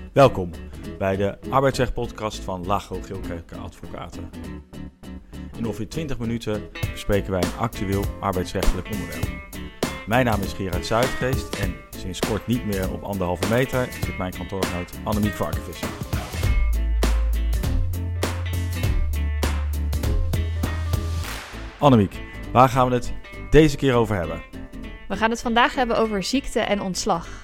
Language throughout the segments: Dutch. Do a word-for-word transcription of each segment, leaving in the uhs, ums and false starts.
Welkom bij de arbeidsrechtpodcast van Lachel Gilkerke Advocaten. In ongeveer twintig minuten bespreken wij een actueel arbeidsrechtelijk onderwerp. Mijn naam is Gerard Zuidgeest en sinds kort niet meer op anderhalve meter zit mijn kantoorgenoot Annemiek Varkenvisser. Annemiek, waar gaan we het deze keer over hebben? We gaan het vandaag hebben over ziekte en ontslag.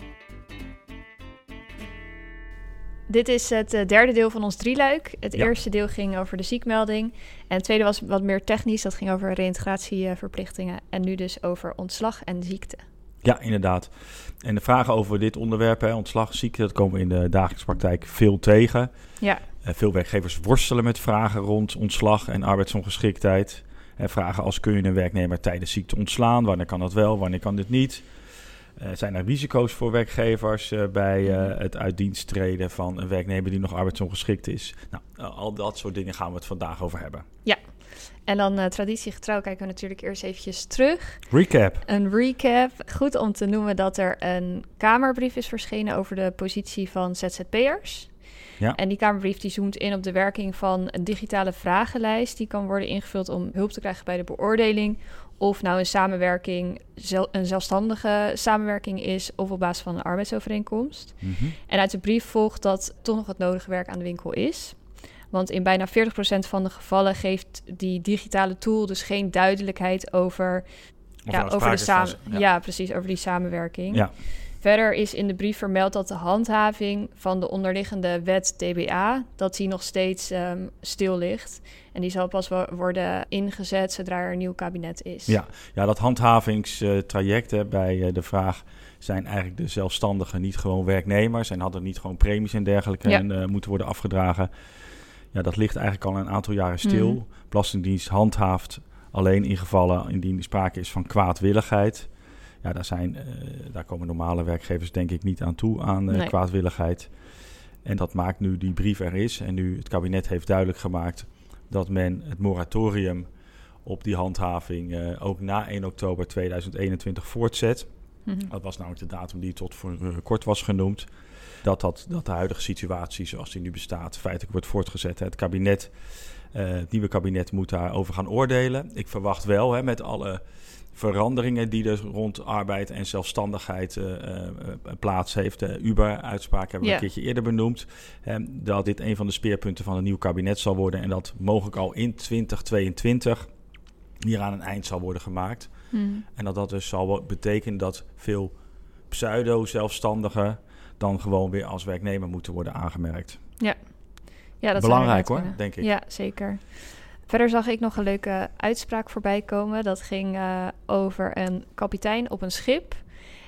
Dit is het derde deel van ons drieluik. Het ja. eerste deel ging over de ziekmelding. En het tweede was wat meer technisch. Dat ging over reïntegratieverplichtingen. En nu dus over ontslag en ziekte. Ja, inderdaad. En de vragen over dit onderwerp, hè, ontslag, ziekte, dat komen we in de dagelijkse praktijk veel tegen. Ja. Uh, veel werkgevers worstelen met vragen rond ontslag en arbeidsongeschiktheid. En vragen als: kun je een werknemer tijdens ziekte ontslaan? Wanneer kan dat wel? Wanneer kan dit niet? Uh, zijn er risico's voor werkgevers uh, bij uh, het uit dienst treden van een werknemer die nog arbeidsongeschikt is? Nou, uh, al dat soort dingen gaan we het vandaag over hebben. Ja, en dan uh, traditiegetrouw kijken we natuurlijk eerst eventjes terug. Recap. Een recap. Goed om te noemen dat er een Kamerbrief is verschenen over de positie van Z Z P'ers. Ja. En die Kamerbrief die zoomt in op de werking van een digitale vragenlijst. Die kan worden ingevuld om hulp te krijgen bij de beoordeling. Of nou een samenwerking, een zelfstandige samenwerking is of op basis van een arbeidsovereenkomst. Mm-hmm. En uit de brief volgt dat toch nog het nodige werk aan de winkel is. Want in bijna veertig procent van de gevallen geeft die digitale tool dus geen duidelijkheid over, ja, over de samen, ja. ja, precies, over die samenwerking. Ja. Verder is in de brief vermeld dat de handhaving van de onderliggende wet T B A, dat die nog steeds um, stil ligt. En die zal pas wo- worden ingezet zodra er een nieuw kabinet is. Ja, ja dat handhavingstraject hè, bij uh, de vraag: zijn eigenlijk de zelfstandigen niet gewoon werknemers en hadden niet gewoon premies en dergelijke ja. en, uh, moeten worden afgedragen? Ja, dat ligt eigenlijk al een aantal jaren stil. Mm. Belastingdienst handhaaft alleen in gevallen indien sprake is van kwaadwilligheid. Ja, daar, zijn, uh, daar komen normale werkgevers denk ik niet aan toe, aan uh, nee. kwaadwilligheid. En dat maakt nu die brief er is. En nu het kabinet heeft duidelijk gemaakt dat men het moratorium op die handhaving uh, ook na één oktober tweeduizend eenentwintig voortzet. Mm-hmm. Dat was namelijk de datum die tot voor uh, kort was genoemd. Dat, dat, dat de huidige situatie zoals die nu bestaat feitelijk wordt voortgezet. Het kabinet, uh, het nieuwe kabinet moet daarover gaan oordelen. Ik verwacht wel hè, met alle veranderingen die er rond arbeid en zelfstandigheid uh, uh, plaats heeft. De Uber-uitspraak hebben we yeah. een keertje eerder benoemd. Um, dat dit een van de speerpunten van een nieuw kabinet zal worden. En dat mogelijk al in twintig tweeëntwintig hieraan een eind zal worden gemaakt. Mm. En dat dat dus zal betekenen dat veel pseudo-zelfstandigen dan gewoon weer als werknemer moeten worden aangemerkt. Ja, ja dat belangrijk hoor, denk ik. Ja, zeker. Verder zag ik nog een leuke uitspraak voorbij komen. Dat ging uh, over een kapitein op een schip.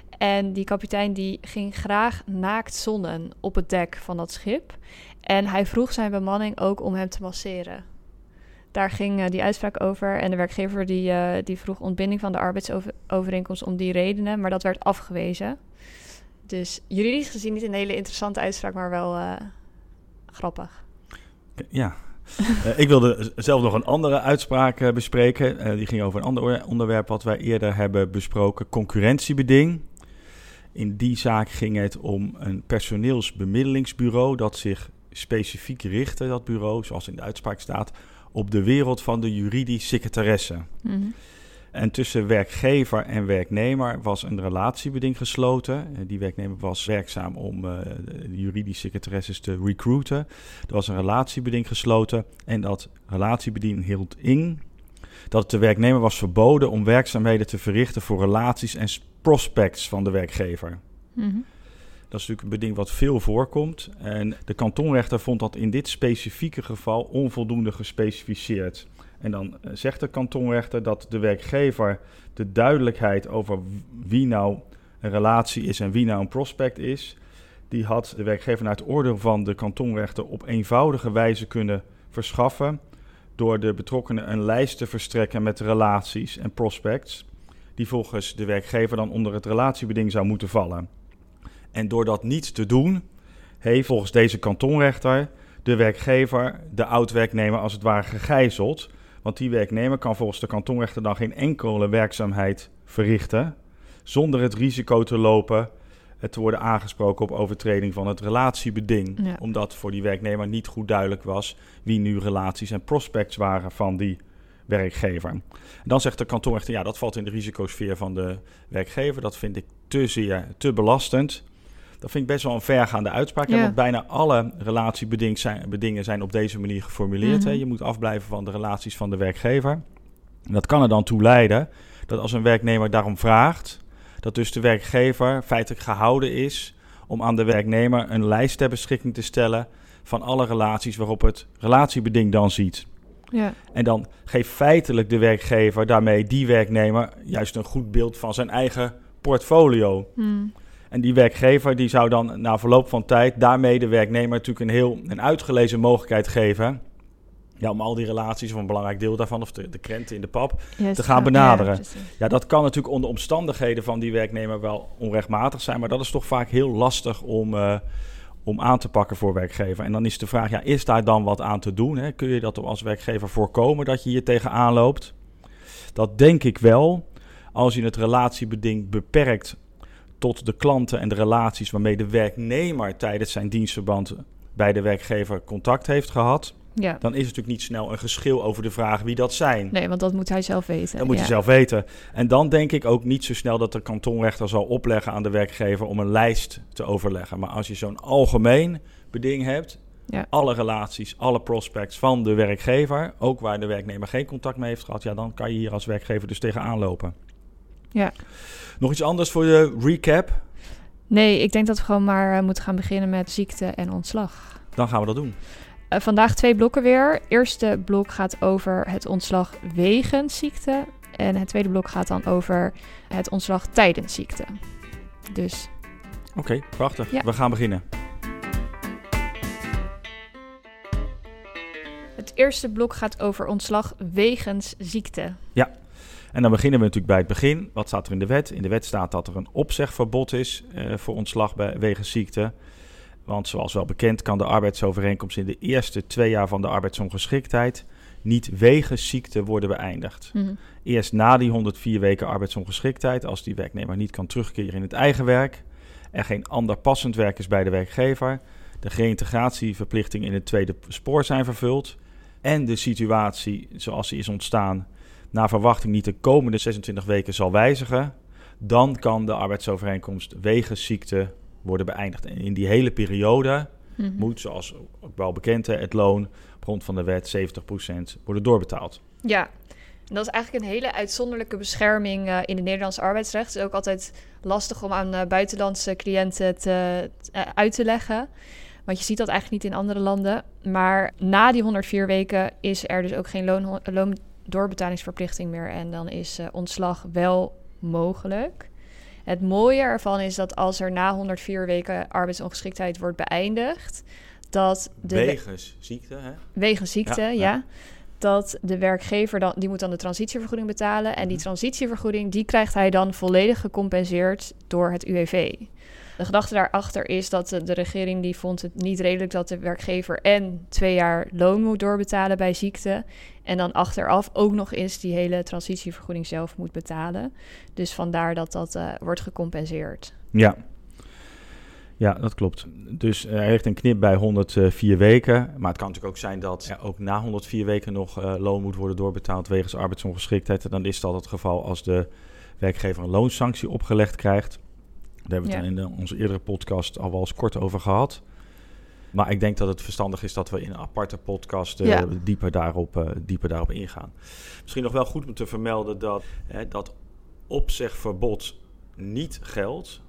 En die kapitein die ging graag naakt zonnen op het dek van dat schip. En hij vroeg zijn bemanning ook om hem te masseren. Daar ging uh, die uitspraak over. En de werkgever die, uh, die vroeg ontbinding van de arbeidsovereenkomst om die redenen. Maar dat werd afgewezen. Dus juridisch gezien niet een hele interessante uitspraak, maar wel uh, grappig. Ja. uh, ik wilde zelf nog een andere uitspraak uh, bespreken. Uh, die ging over een ander onderwerp wat wij eerder hebben besproken. Concurrentiebeding. In die zaak ging het om een personeelsbemiddelingsbureau dat zich specifiek richtte, dat bureau, zoals in de uitspraak staat, op de wereld van de juridisch secretaresse. Mm-hmm. En tussen werkgever en werknemer was een relatiebeding gesloten. Die werknemer was werkzaam om uh, de juridisch secretaresses te recruiten. Er was een relatiebeding gesloten en dat relatiebeding hield in dat het de werknemer was verboden om werkzaamheden te verrichten voor relaties en prospects van de werkgever. Mm-hmm. Dat is natuurlijk een beding wat veel voorkomt. En de kantonrechter vond dat in dit specifieke geval onvoldoende gespecificeerd. En dan uh, zegt de kantonrechter dat de werkgever de duidelijkheid over wie nou een relatie is en wie nou een prospect is, die had de werkgever naar het oordeel van de kantonrechter op eenvoudige wijze kunnen verschaffen door de betrokkenen een lijst te verstrekken met relaties en prospects, die volgens de werkgever dan onder het relatiebeding zou moeten vallen. En door dat niet te doen, heeft volgens deze kantonrechter de werkgever de oud-werknemer als het ware gegijzeld. Want die werknemer kan volgens de kantonrechter dan geen enkele werkzaamheid verrichten zonder het risico te lopen te worden aangesproken op overtreding van het relatiebeding. Ja. Omdat voor die werknemer niet goed duidelijk was wie nu relaties en prospects waren van die werkgever. En dan zegt de kantonrechter, ja, dat valt in de risicosfeer van de werkgever. Dat vind ik te zeer, te belastend. Dat vind ik best wel een vergaande uitspraak. Ja. Want bijna alle relatiebedingen zijn, bedingen zijn op deze manier geformuleerd. Mm-hmm. Hè. Je moet afblijven van de relaties van de werkgever. En dat kan er dan toe leiden dat als een werknemer daarom vraagt, dat dus de werkgever feitelijk gehouden is om aan de werknemer een lijst ter beschikking te stellen van alle relaties waarop het relatiebeding dan ziet. Ja. En dan geeft feitelijk de werkgever daarmee die werknemer juist een goed beeld van zijn eigen portfolio. Hmm. En die werkgever die zou dan na verloop van tijd daarmee de werknemer natuurlijk een heel een uitgelezen mogelijkheid geven, ja, om al die relaties of een belangrijk deel daarvan, of de, de krenten in de pap, Yes, te gaan ja, benaderen. Ja, ja, dat kan natuurlijk onder omstandigheden van die werknemer wel onrechtmatig zijn, maar dat is toch vaak heel lastig om, uh, om aan te pakken voor werkgever. En dan is de vraag, ja, is daar dan wat aan te doen? Hè? Kun je dat als werkgever voorkomen dat je hier tegenaan loopt? Dat denk ik wel. Als je het relatiebeding beperkt tot de klanten en de relaties waarmee de werknemer tijdens zijn dienstverband bij de werkgever contact heeft gehad, ja. dan is het natuurlijk niet snel een geschil over de vraag wie dat zijn. Nee, want dat moet hij zelf weten. Dat moet ja. hij zelf weten. En dan denk ik ook niet zo snel dat de kantonrechter zal opleggen aan de werkgever om een lijst te overleggen. Maar als je zo'n algemeen beding hebt, ja. alle relaties, alle prospects van de werkgever, ook waar de werknemer geen contact mee heeft gehad, ja, dan kan je hier als werkgever dus tegenaan lopen. Ja. Nog iets anders voor de recap? Nee, ik denk dat we gewoon maar uh, moeten gaan beginnen met ziekte en ontslag. Dan gaan we dat doen. Uh, vandaag twee blokken weer. Eerste blok gaat over het ontslag wegens ziekte. En het tweede blok gaat dan over het ontslag tijdens ziekte. Dus. Oké, okay, prachtig. Ja. We gaan beginnen. Het eerste blok gaat over ontslag wegens ziekte. Ja. En dan beginnen we natuurlijk bij het begin. Wat staat er in de wet? In de wet staat dat er een opzegverbod is uh, voor ontslag bij, wegens ziekte. Want zoals wel bekend kan de arbeidsovereenkomst in de eerste twee jaar van de arbeidsongeschiktheid niet wegens ziekte worden beëindigd. Mm-hmm. Eerst na die honderdvier weken arbeidsongeschiktheid, als die werknemer niet kan terugkeren in het eigen werk, er geen ander passend werk is bij de werkgever, de reïntegratieverplichting in het tweede spoor zijn vervuld en de situatie zoals die is ontstaan naar verwachting niet de komende zesentwintig weken zal wijzigen, dan kan de arbeidsovereenkomst wegens ziekte worden beëindigd. En in die hele periode mm-hmm. moet, zoals ook wel bekend, het loon op grond van de wet zeventig procent worden doorbetaald. Ja, en dat is eigenlijk een hele uitzonderlijke bescherming uh, in het Nederlands arbeidsrecht. Het is ook altijd lastig om aan uh, buitenlandse cliënten te, uh, uit te leggen. Want je ziet dat eigenlijk niet in andere landen. Maar na die honderdvier weken is er dus ook geen loon, loondoorbetalingsverplichting meer. En dan is uh, ontslag wel mogelijk. Het mooie ervan is dat als er na honderdvier weken arbeidsongeschiktheid wordt beëindigd, dat de wegens we- ziekte, hè? Wegens ziekte, ja, ja. ja. Dat de werkgever dan, die moet dan de transitievergoeding betalen. En die transitievergoeding, die krijgt hij dan volledig gecompenseerd door het U W V. De gedachte daarachter is dat de, de regering die vond het niet redelijk dat de werkgever en twee jaar loon moet doorbetalen bij ziekte. En dan achteraf ook nog eens die hele transitievergoeding zelf moet betalen. Dus vandaar dat dat uh, wordt gecompenseerd. Ja. Ja, dat klopt. Dus uh, er heeft een knip bij honderdvier weken. Maar het kan natuurlijk ook zijn dat er ook na honderdvier weken nog uh, loon moet worden doorbetaald wegens arbeidsongeschiktheid. En dan is dat het geval als de werkgever een loonsanctie opgelegd krijgt. Daar hebben we het ja. in de, onze eerdere podcast al wel eens kort over gehad. Maar ik denk dat het verstandig is dat we in een aparte podcast uh, ja. dieper, daarop, uh, dieper daarop ingaan. Misschien nog wel goed om te vermelden dat hè, dat opzegverbod niet geldt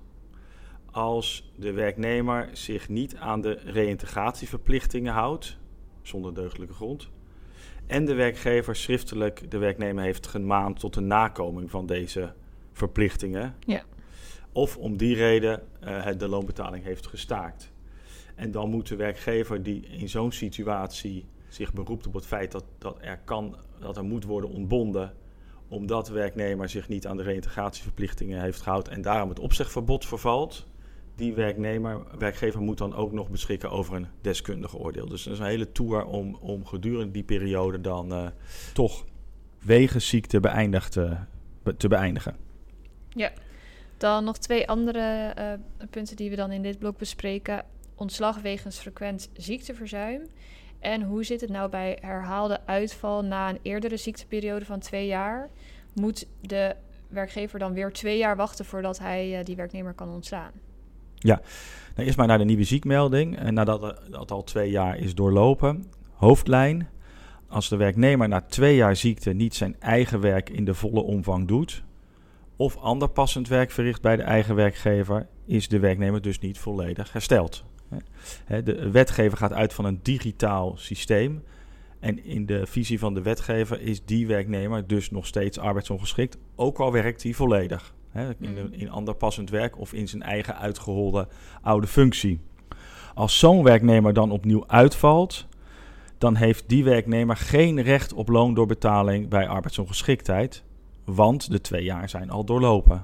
als de werknemer zich niet aan de reïntegratieverplichtingen houdt, zonder deugdelijke grond, en de werkgever schriftelijk de werknemer heeft gemaand tot de nakoming van deze verplichtingen. Ja. Of om die reden uh, de loonbetaling heeft gestaakt. En dan moet de werkgever die in zo'n situatie zich beroept op het feit dat, dat, er, kan, dat er moet worden ontbonden, omdat de werknemer zich niet aan de reïntegratieverplichtingen heeft gehouden en daarom het opzegverbod vervalt. Die werknemer, werkgever moet dan ook nog beschikken over een deskundige oordeel. Dus dat is een hele tour om, om gedurende die periode dan uh, toch wegens ziekte beëindigd, uh, be, te beëindigen. Ja. Dan nog twee andere uh, punten die we dan in dit blok bespreken. Ontslag wegens frequent ziekteverzuim. En hoe zit het nou bij herhaalde uitval na een eerdere ziekteperiode van twee jaar? Moet de werkgever dan weer twee jaar wachten voordat hij uh, die werknemer kan ontslaan? Ja, nou, eerst maar naar de nieuwe ziekmelding. En nadat dat al twee jaar is doorlopen. Hoofdlijn. Als de werknemer na twee jaar ziekte niet zijn eigen werk in de volle omvang doet, of ander passend werk verricht bij de eigen werkgever, is de werknemer dus niet volledig hersteld. De wetgever gaat uit van een digitaal systeem. En in de visie van de wetgever is die werknemer dus nog steeds arbeidsongeschikt, ook al werkt hij volledig. In, de, in ander passend werk of in zijn eigen uitgeholde oude functie. Als zo'n werknemer dan opnieuw uitvalt, dan heeft die werknemer geen recht op loondoorbetaling bij arbeidsongeschiktheid, want de twee jaar zijn al doorlopen.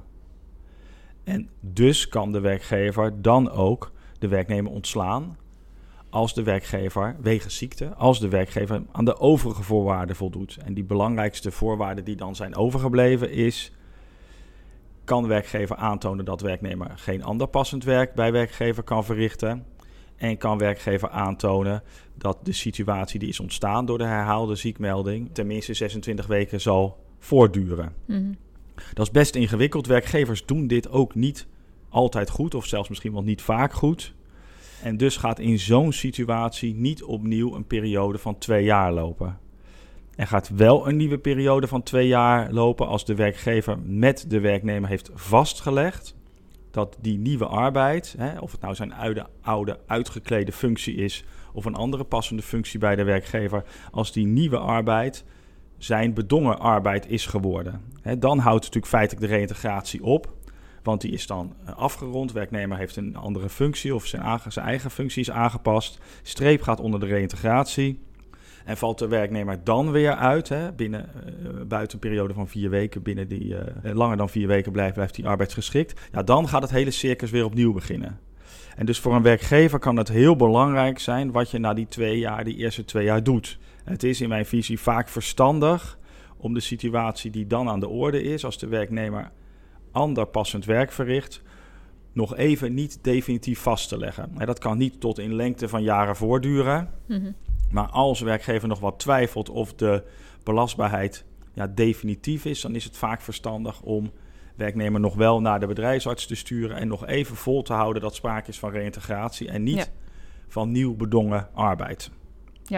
En dus kan de werkgever dan ook de werknemer ontslaan als de werkgever, wegens ziekte, als de werkgever aan de overige voorwaarden voldoet. En die belangrijkste voorwaarden die dan zijn overgebleven is, kan de werkgever aantonen dat werknemer geen ander passend werk bij werkgever kan verrichten. En kan werkgever aantonen dat de situatie die is ontstaan door de herhaalde ziekmelding tenminste zesentwintig weken zal voortduren. Mm-hmm. Dat is best ingewikkeld. Werkgevers doen dit ook niet altijd goed of zelfs misschien wel niet vaak goed. En dus gaat in zo'n situatie niet opnieuw een periode van twee jaar lopen. Er gaat wel een nieuwe periode van twee jaar lopen als de werkgever met de werknemer heeft vastgelegd dat die nieuwe arbeid, hè, of het nou zijn oude, oude uitgeklede functie is of een andere passende functie bij de werkgever, als die nieuwe arbeid zijn bedongen arbeid is geworden. Hè, dan houdt natuurlijk feitelijk de reïntegratie op, want die is dan afgerond. Werknemer heeft een andere functie of zijn, aange, zijn eigen functie is aangepast. Streep gaat onder de reïntegratie. En valt de werknemer dan weer uit, hè, binnen, uh, buiten een periode van vier weken, binnen die uh, langer dan vier weken blijft, blijft die arbeidsgeschikt. Ja, dan gaat het hele circus weer opnieuw beginnen. En dus voor een werkgever kan het heel belangrijk zijn wat je na die twee jaar, die eerste twee jaar doet. Het is in mijn visie vaak verstandig om de situatie die dan aan de orde is, als de werknemer ander passend werk verricht, nog even niet definitief vast te leggen. En dat kan niet tot in lengte van jaren voortduren. Mm-hmm. Maar als de werkgever nog wat twijfelt of de belastbaarheid ja, definitief is, dan is het vaak verstandig om werknemer nog wel naar de bedrijfsarts te sturen en nog even vol te houden dat sprake is van reïntegratie en niet ja. van nieuw bedongen arbeid. Ja.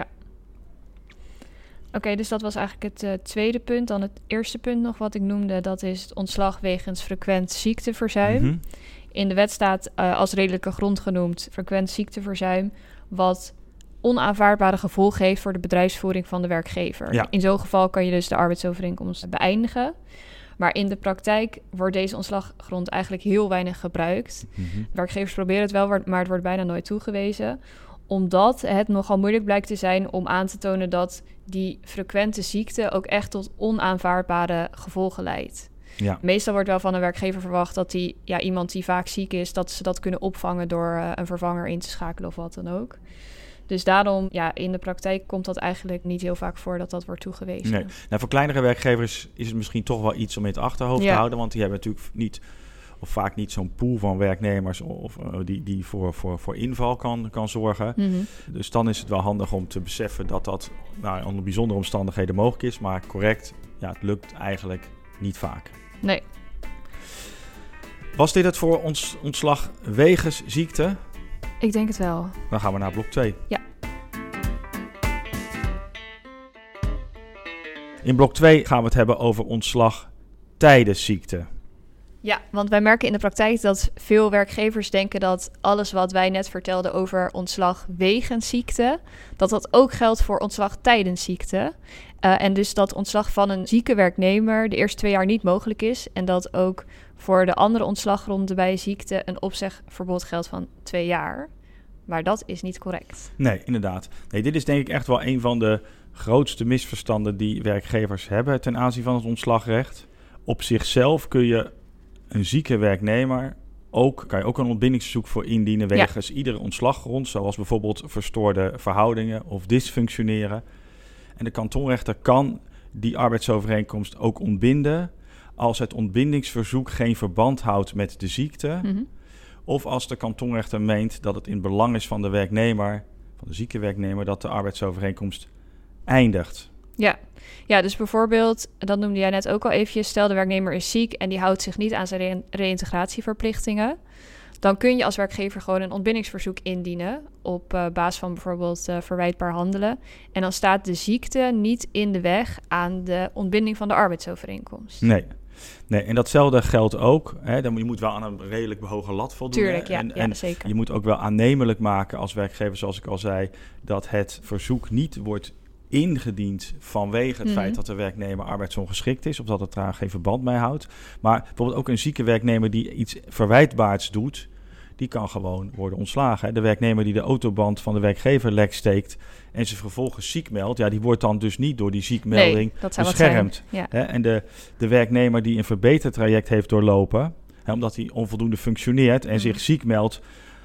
Oké, okay, dus dat was eigenlijk het uh, tweede punt. Dan het eerste punt nog wat ik noemde, dat is het ontslag wegens frequent ziekteverzuim. Mm-hmm. In de wet staat uh, als redelijke grond genoemd frequent ziekteverzuim, wat onaanvaardbare gevolgen heeft voor de bedrijfsvoering van de werkgever. Ja. In zo'n geval kan je dus de arbeidsovereenkomst beëindigen. Maar in de praktijk wordt deze ontslaggrond eigenlijk heel weinig gebruikt. Mm-hmm. Werkgevers proberen het wel, maar het wordt bijna nooit toegewezen. Omdat het nogal moeilijk blijkt te zijn om aan te tonen dat die frequente ziekte ook echt tot onaanvaardbare gevolgen leidt. Ja. Meestal wordt wel van een werkgever verwacht dat die, ja, iemand die vaak ziek is, dat ze dat kunnen opvangen door uh, een vervanger in te schakelen of wat dan ook. Dus daarom, ja, in de praktijk komt dat eigenlijk niet heel vaak voor dat dat wordt toegewezen. Nee. Nou, voor kleinere werkgevers is het misschien toch wel iets om in het achterhoofd ja. te houden, want die hebben natuurlijk niet, of vaak niet zo'n pool van werknemers of, uh, die, die voor, voor, voor inval kan, kan zorgen. Mm-hmm. Dus dan is het wel handig om te beseffen dat dat nou, onder bijzondere omstandigheden mogelijk is, maar correct, ja, het lukt eigenlijk niet vaak. Nee. Was dit het voor ons ontslag wegens ziekte? Ik denk het wel. Dan gaan we naar blok twee. Ja. In blok twee gaan we het hebben over ontslag tijdens ziekte. Ja, want wij merken in de praktijk dat veel werkgevers denken dat alles wat wij net vertelden over ontslag wegens ziekte, dat dat ook geldt voor ontslag tijdens ziekte. Uh, en dus dat ontslag van een zieke werknemer de eerste twee jaar niet mogelijk is. En dat ook voor de andere ontslaggronden bij ziekte een opzegverbod geldt van twee jaar. Maar dat is niet correct. Nee, inderdaad. Nee, dit is denk ik echt wel een van de grootste misverstanden die werkgevers hebben ten aanzien van het ontslagrecht. Op zichzelf kun je een zieke werknemer ook, kan je ook een ontbindingsverzoek voor indienen wegens ja. iedere ontslaggrond, zoals bijvoorbeeld verstoorde verhoudingen of dysfunctioneren. En de kantonrechter kan die arbeidsovereenkomst ook ontbinden als het ontbindingsverzoek geen verband houdt met de ziekte, Mm-hmm. of als de kantonrechter meent dat het in belang is van de werknemer, van de zieke werknemer, dat de arbeidsovereenkomst eindigt. Ja. ja, dus bijvoorbeeld, dat noemde jij net ook al eventjes, stel de werknemer is ziek en die houdt zich niet aan zijn re- reïntegratieverplichtingen. Dan kun je als werkgever gewoon een ontbindingsverzoek indienen op uh, basis van bijvoorbeeld uh, verwijtbaar handelen. En dan staat de ziekte niet in de weg aan de ontbinding van de arbeidsovereenkomst. Nee. Nee, en datzelfde geldt ook. Hè, dan, je moet wel aan een redelijk hoge lat voldoen. Tuurlijk, ja, en, ja en zeker. Je moet ook wel aannemelijk maken als werkgever, zoals ik al zei, dat het verzoek niet wordt ingediend vanwege het Mm-hmm. feit dat de werknemer arbeidsongeschikt is, of dat het daar geen verband mee houdt. Maar bijvoorbeeld ook een zieke werknemer die iets verwijtbaars doet, die kan gewoon worden ontslagen. Hè. De werknemer die de autoband van de werkgever lek steekt en ze vervolgens ziek meldt, ja, die wordt dan dus niet door die ziekmelding nee, dat zou beschermd. Wat zijn. Ja. Hè. En de, de werknemer die een verbetertraject heeft doorlopen, hè, omdat hij onvoldoende functioneert en Mm. zich ziek meldt,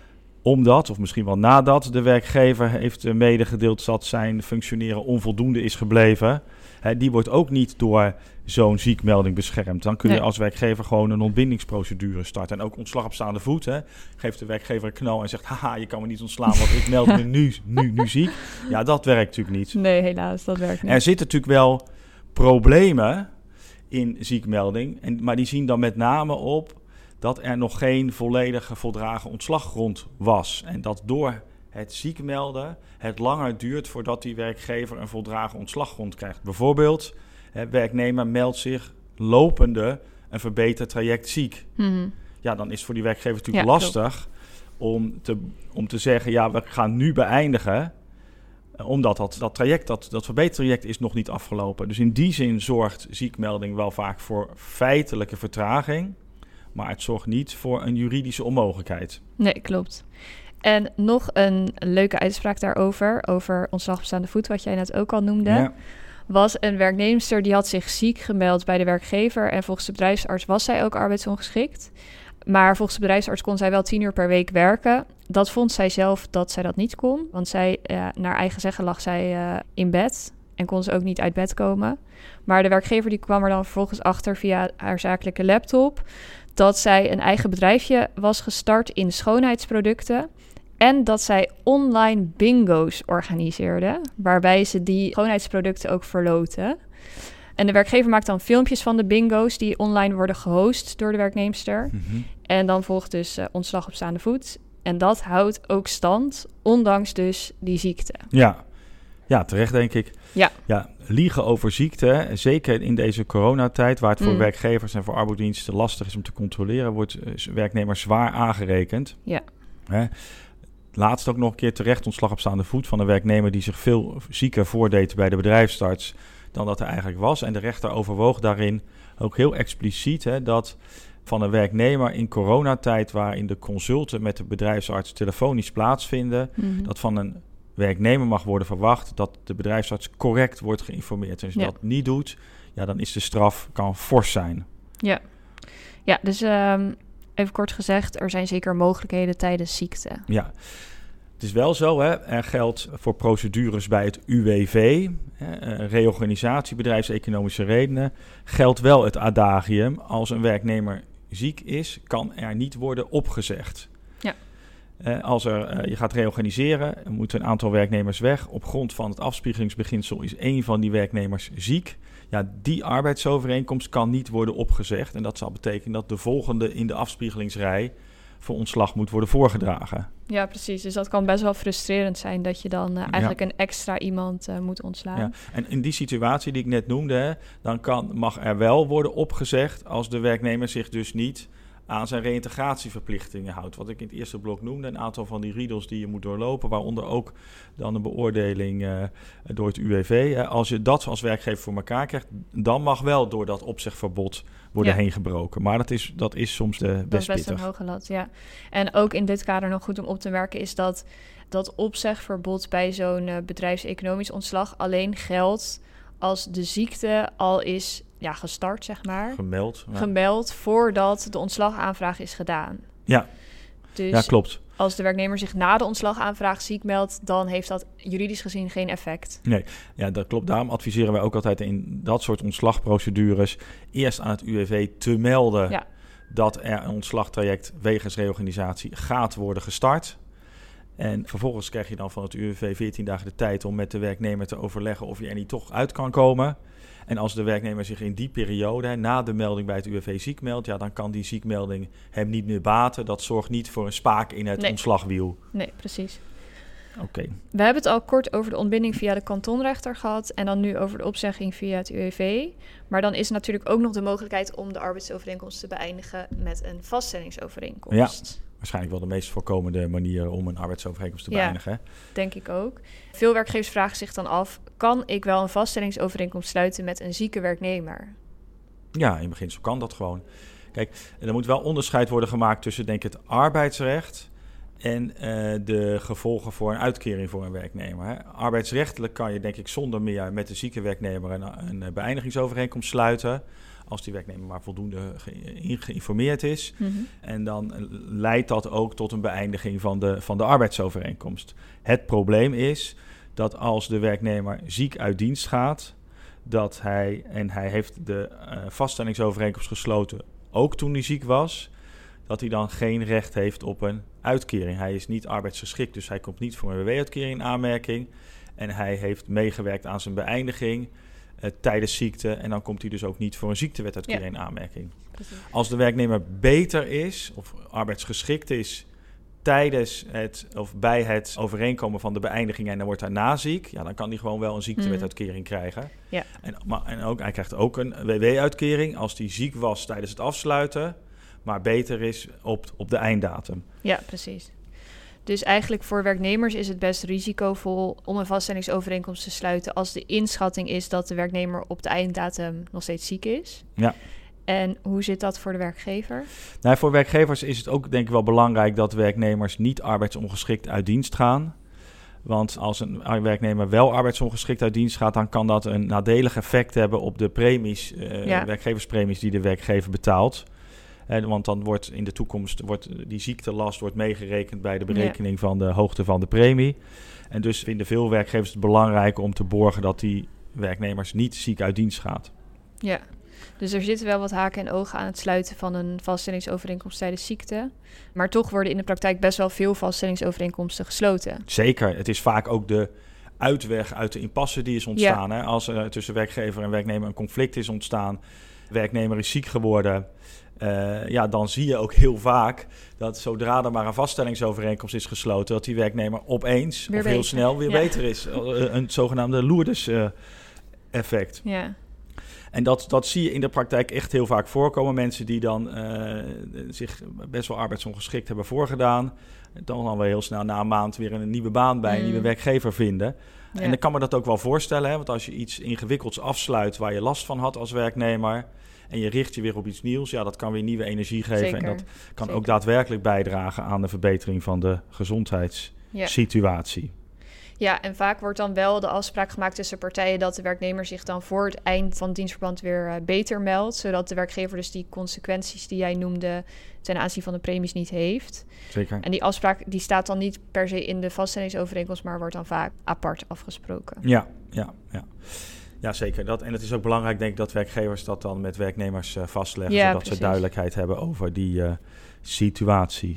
omdat, of misschien wel nadat de werkgever heeft medegedeeld dat zijn functioneren onvoldoende is gebleven, hè, die wordt ook niet door zo'n ziekmelding beschermd. Dan kun je Nee. als werkgever gewoon een ontbindingsprocedure starten. En ook ontslag op staande voet. Hè. Geeft de werkgever een knal en zegt, haha, je kan me niet ontslaan, want ik meld me nu, nu, nu ziek. Ja, dat werkt natuurlijk niet. Nee, helaas, dat werkt niet. Er zitten natuurlijk wel problemen in ziekmelding, en, maar die zien dan met name op dat er nog geen volledige voldragen ontslaggrond was. En dat door het ziekmelden het langer duurt voordat die werkgever een voldragen ontslaggrond krijgt. Bijvoorbeeld, hè, werknemer meldt zich lopende een verbeterd traject ziek. Mm-hmm. Ja, dan is het voor die werkgever natuurlijk Ja, lastig om te, om te zeggen, ja, we gaan nu beëindigen, omdat dat, dat traject, dat, dat verbetertraject is nog niet afgelopen. Dus in die zin zorgt ziekmelding wel vaak voor feitelijke vertraging, maar het zorgt niet voor een juridische onmogelijkheid. Nee, klopt. En nog een leuke uitspraak daarover, over ontslag op staande voet, wat jij net ook al noemde, Ja. was een werknemster die had zich ziek gemeld bij de werkgever en volgens de bedrijfsarts was zij ook arbeidsongeschikt. Maar volgens de bedrijfsarts kon zij wel tien uur per week werken. Dat vond zij zelf dat zij dat niet kon, want zij, uh, naar eigen zeggen lag zij uh, in bed en kon ze ook niet uit bed komen. Maar de werkgever die kwam er dan vervolgens achter via haar zakelijke laptop dat zij een eigen bedrijfje was gestart in schoonheidsproducten en dat zij online bingo's organiseerde, waarbij ze die schoonheidsproducten ook verloten. En de werkgever maakt dan filmpjes van de bingo's die online worden gehost door de werknemster. Mm-hmm. En dan volgt dus uh, ontslag op staande voet. En dat houdt ook stand, ondanks dus die ziekte. Ja. Ja, terecht denk ik. Ja. Ja, liegen over ziekte, zeker in deze coronatijd, waar het voor Mm. werkgevers en voor arbeidsdiensten lastig is om te controleren, wordt uh, werknemers zwaar aangerekend. Ja. Hè? Laatst ook nog een keer terecht ontslag op staande voet van een werknemer die zich veel zieker voordeed bij de bedrijfsarts dan dat er eigenlijk was. En de rechter overwoog daarin ook heel expliciet, hè, dat van een werknemer in coronatijd, waarin de consulten met de bedrijfsarts telefonisch plaatsvinden, Mm-hmm. dat van een werknemer mag worden verwacht dat de bedrijfsarts correct wordt geïnformeerd. En als je Ja. dat niet doet, ja, dan is de straf, kan fors zijn. Ja. Ja, dus um, even kort gezegd, er zijn zeker mogelijkheden tijdens ziekte. Ja. Het is wel zo, hè, er geldt voor procedures bij het U W V, hè, reorganisatie, bedrijfseconomische redenen, geldt wel het adagium: als een werknemer ziek is, kan er niet worden opgezegd. Ja. Uh, als er, uh, je gaat reorganiseren, er moeten een aantal werknemers weg. Op grond van het afspiegelingsbeginsel is één van die werknemers ziek. Ja, die arbeidsovereenkomst kan niet worden opgezegd. En dat zal betekenen dat de volgende in de afspiegelingsrij voor ontslag moet worden voorgedragen. Ja, precies. Dus dat kan best wel frustrerend zijn dat je dan uh, eigenlijk ja. een extra iemand uh, moet ontslaan. Ja. En in die situatie die ik net noemde, hè, dan kan, mag er wel worden opgezegd als de werknemer zich dus niet aan zijn reïntegratieverplichtingen houdt. Wat ik in het eerste blok noemde, een aantal van die riedels die je moet doorlopen, waaronder ook dan een beoordeling uh, door het U W V. Hè. Als je dat als werkgever voor elkaar krijgt, dan mag wel door dat opzegverbod worden ja. heen gebroken. Maar dat is, dat is soms de best, dat is best pittig. een hoge lat, ja. En ook in dit kader nog goed om op te merken is dat dat opzegverbod bij zo'n uh, bedrijfseconomisch ontslag alleen geldt als de ziekte al is ja, gestart, zeg maar. Gemeld. Ja. Gemeld voordat de ontslagaanvraag is gedaan. Ja, dus, ja klopt. Als de werknemer zich na de ontslagaanvraag ziek meldt, dan heeft dat juridisch gezien geen effect. Nee, ja, dat klopt. Daarom adviseren wij ook altijd in dat soort ontslagprocedures eerst aan het U W V te melden ja. dat er een ontslagtraject wegens reorganisatie gaat worden gestart. En vervolgens krijg je dan van het U W V veertien dagen de tijd om met de werknemer te overleggen of je er niet toch uit kan komen. En als de werknemer zich in die periode, na de melding bij het U W V ziek meldt, ja, dan kan die ziekmelding hem niet meer baten. Dat zorgt niet voor een spaak in het nee. ontslagwiel. Nee, precies. Oké. Okay. We hebben het al kort over de ontbinding via de kantonrechter gehad en dan nu over de opzegging via het U W V. Maar dan is natuurlijk ook nog de mogelijkheid om de arbeidsovereenkomst te beëindigen met een vaststellingsovereenkomst. Ja. Waarschijnlijk wel de meest voorkomende manier om een arbeidsovereenkomst te ja, beëindigen. Denk ik ook. Veel werkgevers vragen zich dan af, kan ik wel een vaststellingsovereenkomst sluiten met een zieke werknemer? Ja, in beginsel kan dat gewoon. Kijk, er moet wel onderscheid worden gemaakt tussen, denk ik, het arbeidsrecht en uh, de gevolgen voor een uitkering voor een werknemer. Hè. Arbeidsrechtelijk kan je, denk ik, zonder meer met de zieke werknemer een, een beëindigingsovereenkomst sluiten, als die werknemer maar voldoende ge- geïnformeerd is. Mm-hmm. En dan leidt dat ook tot een beëindiging van de, van de arbeidsovereenkomst. Het probleem is dat als de werknemer ziek uit dienst gaat, dat hij, en hij heeft de uh, vaststellingsovereenkomst gesloten ook toen hij ziek was, dat hij dan geen recht heeft op een uitkering. Hij is niet arbeidsgeschikt, dus hij komt niet voor een W W-uitkering in aanmerking. En hij heeft meegewerkt aan zijn beëindiging Uh, tijdens ziekte en dan komt hij dus ook niet voor een ziektewetuitkering in ja. aanmerking. Precies. Als de werknemer beter is of arbeidsgeschikt is tijdens het of bij het overeenkomen van de beëindiging en dan wordt hij na ziek, ja, dan kan hij gewoon wel een ziektewetuitkering mm. krijgen. Ja. En, maar, en ook, hij krijgt ook een W W-uitkering als hij ziek was tijdens het afsluiten, maar beter is op, op de einddatum. Ja, precies. Dus eigenlijk voor werknemers is het best risicovol om een vaststellingsovereenkomst te sluiten als de inschatting is dat de werknemer op de einddatum nog steeds ziek is. Ja. En hoe zit dat voor de werkgever? Nou, voor werkgevers is het ook denk ik wel belangrijk dat werknemers niet arbeidsongeschikt uit dienst gaan. Want als een werknemer wel arbeidsongeschikt uit dienst gaat, dan kan dat een nadelig effect hebben op de premies, uh, ja. werkgeverspremies die de werkgever betaalt. He, want dan wordt in de toekomst wordt die ziektelast wordt meegerekend bij de berekening ja. van de hoogte van de premie. En dus vinden veel werkgevers het belangrijk om te borgen dat die werknemers niet ziek uit dienst gaat. Ja, dus er zitten wel wat haken en ogen aan het sluiten van een vaststellingsovereenkomst tijdens ziekte. Maar toch worden in de praktijk best wel veel vaststellingsovereenkomsten gesloten. Zeker, het is vaak ook de uitweg uit de impasse die is ontstaan. Ja. Hè? Als er tussen werkgever en werknemer een conflict is ontstaan, werknemer is ziek geworden, Uh, ja, dan zie je ook heel vaak dat zodra er maar een vaststellingsovereenkomst is gesloten, dat die werknemer opeens weer of heel beter. snel weer ja. beter is. Een zogenaamde Lourdes-effect. Uh, ja. En dat, dat zie je in de praktijk echt heel vaak voorkomen. Mensen die dan uh, zich best wel arbeidsongeschikt hebben voorgedaan, dan dan weer heel snel na een maand weer een nieuwe baan bij mm. een nieuwe werkgever vinden. Ja. En dan kan me dat ook wel voorstellen, hè? Want als je iets ingewikkelds afsluit waar je last van had als werknemer en je richt je weer op iets nieuws, ja, dat kan weer nieuwe energie geven. Zeker. En dat kan Zeker. ook daadwerkelijk bijdragen aan de verbetering van de gezondheidssituatie. Ja. Ja, en vaak wordt dan wel de afspraak gemaakt tussen partijen dat de werknemer zich dan voor het eind van het dienstverband weer uh, beter meldt, zodat de werkgever dus die consequenties die jij noemde ten aanzien van de premies niet heeft. Zeker. En die afspraak die staat dan niet per se in de vaststellingsovereenkomst, maar wordt dan vaak apart afgesproken. Ja, ja, ja. Ja, zeker. Dat, en het is ook belangrijk, denk ik, dat werkgevers dat dan met werknemers uh, vastleggen, ja, zodat precies. ze duidelijkheid hebben over die uh, situatie.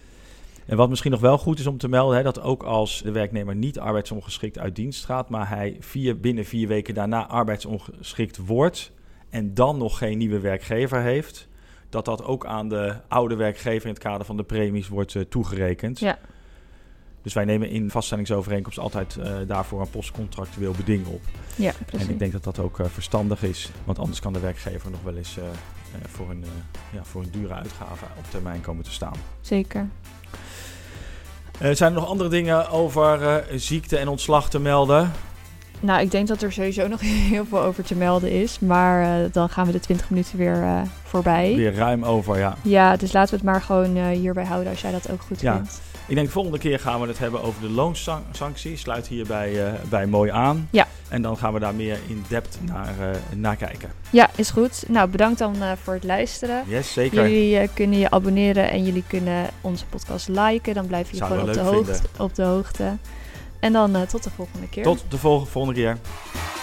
En wat misschien nog wel goed is om te melden, hè, dat ook als de werknemer niet arbeidsongeschikt uit dienst gaat, maar hij vier, binnen vier weken daarna arbeidsongeschikt wordt en dan nog geen nieuwe werkgever heeft, dat dat ook aan de oude werkgever in het kader van de premies wordt uh, toegerekend. Ja. Dus wij nemen in vaststellingsovereenkomst altijd uh, daarvoor een postcontractueel beding op. Ja, precies. En ik denk dat dat ook uh, verstandig is, want anders kan de werkgever nog wel eens uh, uh, voor, een, uh, ja, voor een dure uitgave op termijn komen te staan. Zeker. Uh, zijn er nog andere dingen over uh, ziekte en ontslag te melden? Nou, ik denk dat er sowieso nog heel veel over te melden is. Maar uh, dan gaan we de twintig minuten weer uh, voorbij. Weer ruim over, ja. Ja, dus laten we het maar gewoon uh, hierbij houden als jij dat ook goed ja. vindt. Ik denk de volgende keer gaan we het hebben over de loonsanctie. Sluit hierbij uh, bij mooi aan. Ja. En dan gaan we daar meer in depth naar, uh, naar kijken. Ja, is goed. Nou, bedankt dan uh, voor het luisteren. Yes, zeker. Jullie uh, kunnen je abonneren en jullie kunnen onze podcast liken. Dan blijf je Zouden gewoon op de, hoogte, op de hoogte. En dan uh, tot de volgende keer. Tot de vol- volgende keer.